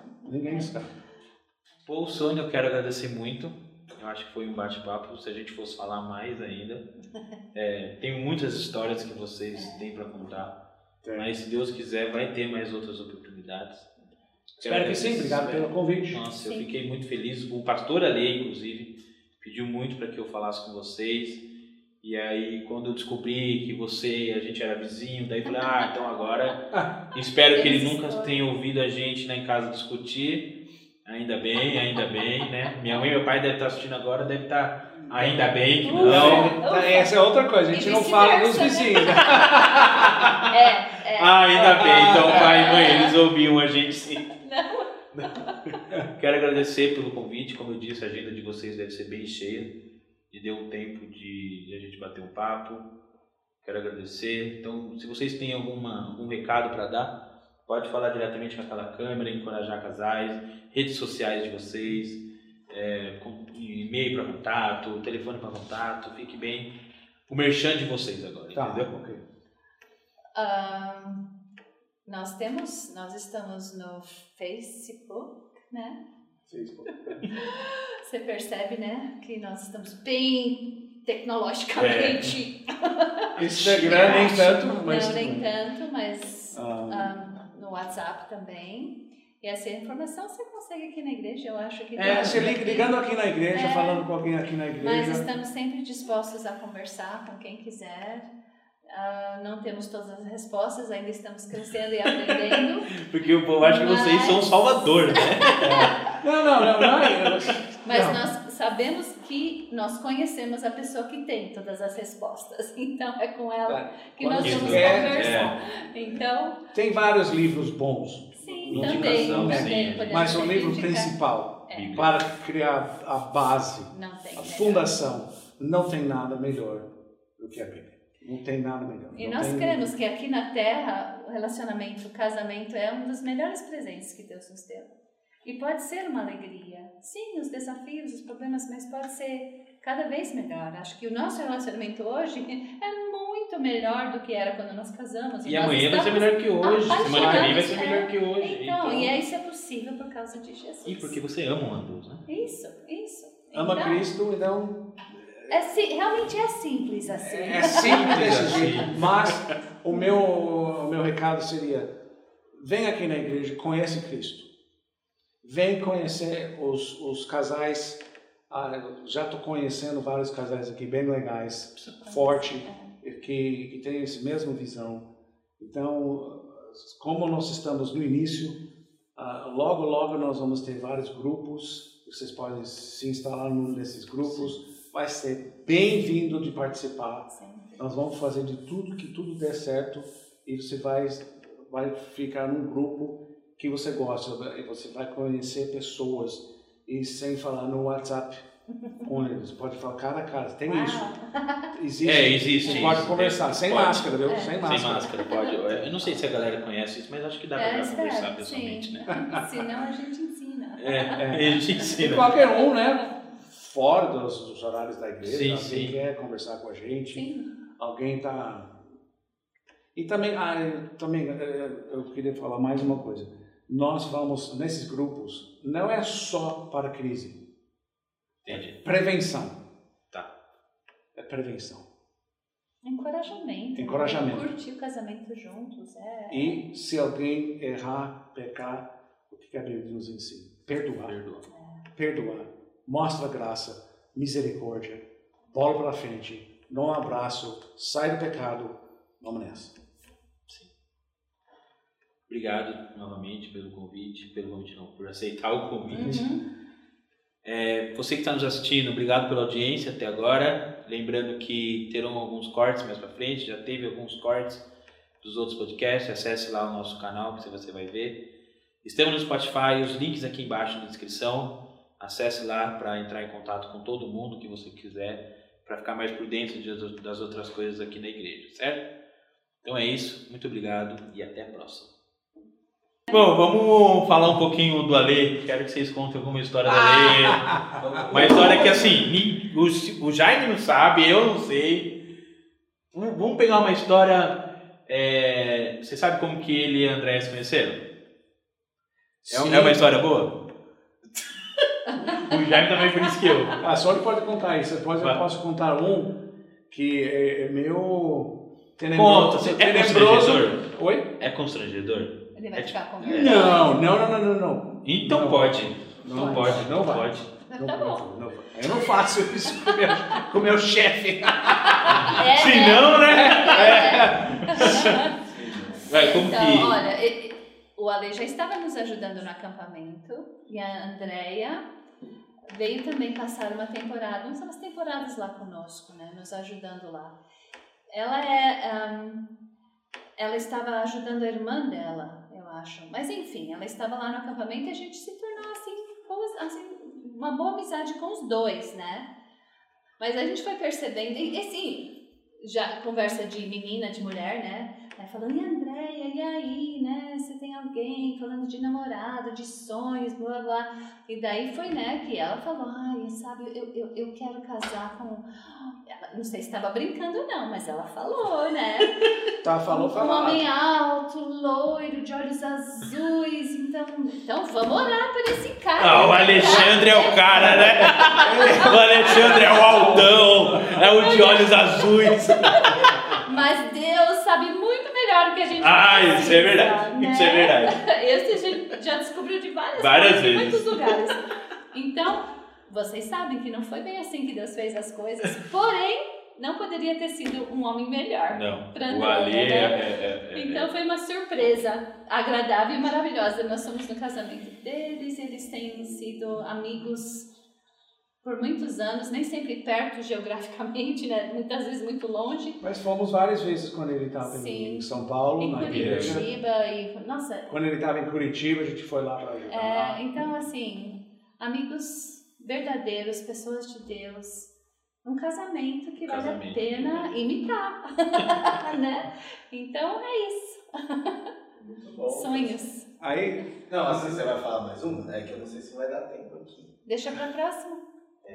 Pô, Sônia, eu quero agradecer muito. Eu acho que foi um bate-papo. Se a gente fosse falar mais ainda, tem muitas histórias que vocês têm para contar. Mas se Deus quiser, vai ter mais outras oportunidades. Espero que sim. Obrigado pelo convite. Nossa, eu fiquei muito feliz. O pastor Ali, inclusive, pediu muito para que eu falasse com vocês. E aí, quando eu descobri que a gente era vizinho, daí falei, então agora espero que ele nunca tenha ouvido a gente lá em casa discutir. Ainda bem, né? Minha mãe e meu pai devem estar assistindo agora, devem estar ainda bem que não. Essa é outra coisa, a gente não fala dos vizinhos. Ainda bem, então pai e mãe, eles ouviam a gente sim. Quero agradecer pelo convite, como eu disse, a agenda de vocês deve ser bem cheia. E deu um tempo de a gente bater um papo. Quero agradecer. Então, se vocês têm algum recado para dar, pode falar diretamente com aquela câmera, encorajar casais, redes sociais de vocês, e-mail para contato, telefone para contato, fique bem. O merchan de vocês agora, entendeu? Okay. Nós estamos no Facebook, né? Você percebe, né, que nós estamos bem tecnologicamente. Instagram nem tanto, mas... Não, nem tanto, mas no WhatsApp também. E essa informação você consegue aqui na igreja, eu acho que... Você ligando aqui na igreja, falando com alguém aqui na igreja. Mas estamos sempre dispostos a conversar com quem quiser. Não temos todas as respostas, ainda estamos crescendo e aprendendo. Porque o povo acha que vocês são o Salvador, né? Não. Mas nós sabemos que nós conhecemos a pessoa que tem todas as respostas. Então é com ela que nós vamos conversar. Então, tem vários livros bons. Sim, também. Mas o livro principal, para criar a base, a fundação, não tem nada melhor do que a Bíblia. Não tem nada melhor. E nós cremos que aqui na Terra, o relacionamento, o casamento é um dos melhores presentes que Deus nos deu. E pode ser uma alegria. Sim, os desafios, os problemas, mas pode ser cada vez melhor. Acho que o nosso relacionamento hoje é muito melhor do que era quando nós casamos. E amanhã vai ser melhor que hoje. Semana que vem vai ser melhor que hoje. Então, e isso é possível por causa de Jesus. E porque você ama a Deus, né? Isso. Ama Cristo, então... realmente é simples assim. É simples desse jeito, mas o meu recado seria: vem aqui na igreja, conhece Cristo. Vem conhecer os casais. Já estou conhecendo vários casais aqui bem legais, forte, que tem essa mesma visão. Então, como nós estamos no início, logo nós vamos ter vários grupos. Vocês podem se instalar num desses grupos. Vai ser bem-vindo de participar. Nós vamos fazer de tudo que tudo dê certo e você vai ficar num grupo que você gosta e você vai conhecer pessoas e sem falar no WhatsApp com eles. Pode falar cara a cara. Tem isso. Existe. Você pode conversar sem máscara, viu? Sem máscara, pode. Eu não sei se a galera conhece isso, mas acho que dá para conversar pessoalmente, né? Senão a gente ensina. A gente ensina. E qualquer um, né? Fora dos horários da igreja, alguém quer conversar com a gente, alguém está... E também, eu queria falar mais uma coisa. Nós vamos, nesses grupos, não é só para crise. Entendi. Prevenção. Tá. É prevenção. Encorajamento. Encorajamento. Curtir o casamento juntos. E se alguém errar, pecar, o que a Bíblia nos ensina? Perdoar. Mostra graça, misericórdia, bola para frente, dá um abraço, sai do pecado, vamos nessa. Sim. Obrigado novamente pelo convite, por aceitar o convite. Você que está nos assistindo, obrigado pela audiência até agora. Lembrando que terão alguns cortes mais para frente, já teve alguns cortes dos outros podcasts. Acesse lá o nosso canal que você vai ver. Estamos no Spotify, os links aqui embaixo na descrição. Acesse lá para entrar em contato com todo mundo que você quiser, para ficar mais por dentro das outras coisas aqui na igreja, certo? Então é isso, muito obrigado e até a próxima. Bom, vamos falar um pouquinho do Ale. Quero que vocês contem alguma história do Ale. Uma história que assim, o Jaime não sabe, eu não sei. Vamos pegar uma história. Você sabe como que ele e a Andréia se conheceram? É uma história boa? O Jaime também por isso que eu. Só ele pode contar isso. Eu posso contar um que é meio tenebroso. É constrangedor? Oi? É constrangedor? Ele vai ficar com vergonha. Não. Então não pode. Não pode. Não, tá bom. Não. Eu não faço isso com meu chefe. Se não, né? Como então, que... olha, o Ale já estava nos ajudando no acampamento e a Andréia veio também passar umas temporadas lá conosco, né? Nos ajudando lá. Ela estava ajudando a irmã dela, eu acho. Mas enfim, ela estava lá no acampamento e a gente se tornou assim, uma boa amizade com os dois, né? Mas a gente foi percebendo, e assim, já conversa de menina, de mulher, né? Aí falando, e Andréia, e aí, né? Você tem alguém falando de namorado, de sonhos, blá blá. E daí foi, né, que ela falou, sabe, eu quero casar com... Ela, não sei se estava brincando não, mas ela falou, né? Falou. Um homem alto, loiro, de olhos azuis, então vamos orar por esse cara. O Alexandre é o cara, né? O Alexandre é o altão, é o de olhos azuis. Mas Deus sabe muito melhor o que a gente precisa, isso é verdade, né? Isso é verdade. Esse a gente já descobriu de várias vezes. Em muitos lugares. Então, vocês sabem que não foi bem assim que Deus fez as coisas, porém, não poderia ter sido um homem melhor. Não, pra o Ale Então foi uma surpresa agradável e maravilhosa. Nós somos no casamento deles, eles têm sido amigos por muitos anos, nem sempre perto geograficamente, né? Muitas vezes muito longe. Mas fomos várias vezes quando ele estava em São Paulo, em na Curitiba igreja. Nossa. Quando ele estava em Curitiba, a gente foi lá para ajudar. Então, assim, amigos verdadeiros, pessoas de Deus, um casamento que vale a pena imitar, né? Então é isso. Muito bom. Sonhos. Aí, não, assim você vai falar mais um? É que eu não sei se vai dar tempo aqui. Deixa para próxima.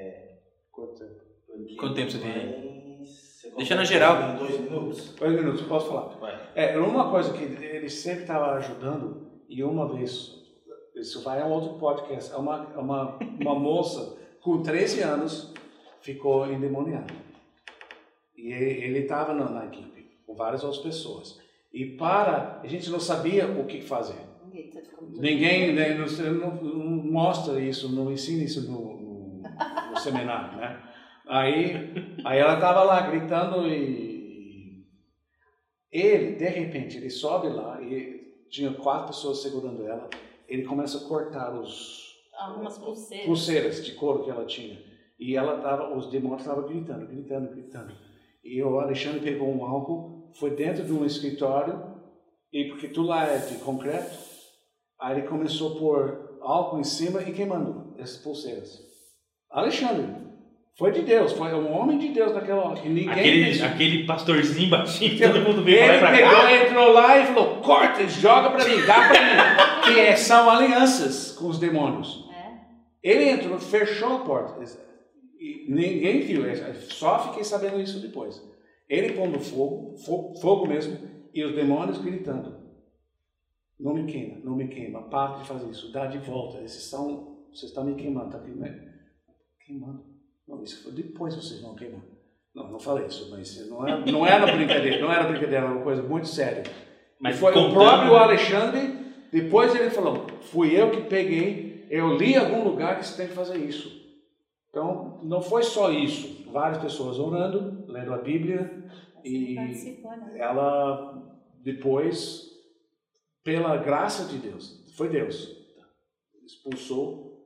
Quanto tempo você tem aí? Deixa na geral. Em 2 minutos. 2 minutos, posso falar? Uma coisa que ele sempre estava ajudando, e uma vez, isso vai a um outro podcast, uma moça com 13 anos ficou endemoniada. E ele estava na equipe, com várias outras pessoas. E a gente não sabia o que fazer. Ninguém não mostra isso, não ensina isso no seminário, né? Aí ela estava lá gritando e ele, de repente, ele sobe lá e tinha 4 pessoas segurando ela. Ele começa a cortar algumas pulseiras de couro que ela tinha. E os demônios estavam gritando. E o Alexandre pegou um álcool, foi dentro de um escritório, e porque tudo lá é de concreto, aí ele começou a pôr álcool em cima e queimando essas pulseiras. Alexandre, foi de Deus, foi um homem de Deus naquela hora. Aquele pastorzinho baixinho, todo mundo veio ele pra pegou, cá. entrou lá e falou, corta, joga pra mim, dá pra mim. Que são alianças com os demônios. Ele entrou, fechou a porta. E ninguém viu, só fiquei sabendo isso depois. Ele pondo fogo mesmo, e os demônios gritando. Não me queima, para de fazer isso, dá de volta. Vocês estão me queimando, tá queimando. Não, isso foi depois vocês vão queimar. Não falei isso, mas não era brincadeira, era uma coisa muito séria. Mas foi o próprio Alexandre, depois ele falou, fui eu que peguei, eu li em algum lugar que você tem que fazer isso. Então, não foi só isso, várias pessoas orando, lendo a Bíblia, e ela depois, pela graça de Deus, foi Deus, expulsou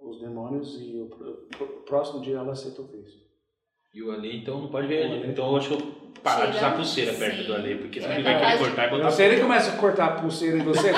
os demônios e o próximo dia ela aceita o Cristo. E o Ale, então, não pode ver. O Ale. Então, eu acho que eu parar de usar pulseira perto Sim. do Ale, porque senão É ele vai querer capaz cortar e botar. Se ele começa a cortar a pulseira em você,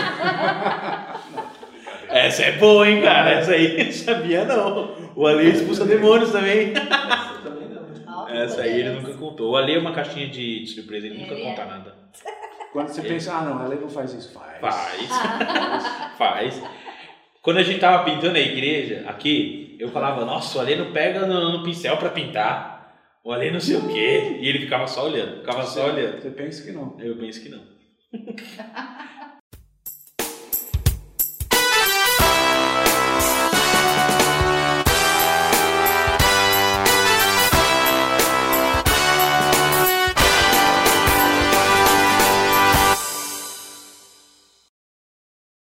Essa é boa, hein, cara? Essa aí eu sabia não. O Ale expulsa demônios também. Essa eu também não. Ó, que Essa aí ele poderoso. nunca contou. O Ale é uma caixinha de surpresa, ele nunca Ele conta é. nada. quando você pensa, não, ela não faz isso. Faz. Ah. Faz. Quando a gente tava pintando a igreja aqui, eu falava, nossa, o Ale não pega no pincel pra pintar. O Ale não sei o quê. E ele ficava só olhando. Você pensa que não. Eu penso que não.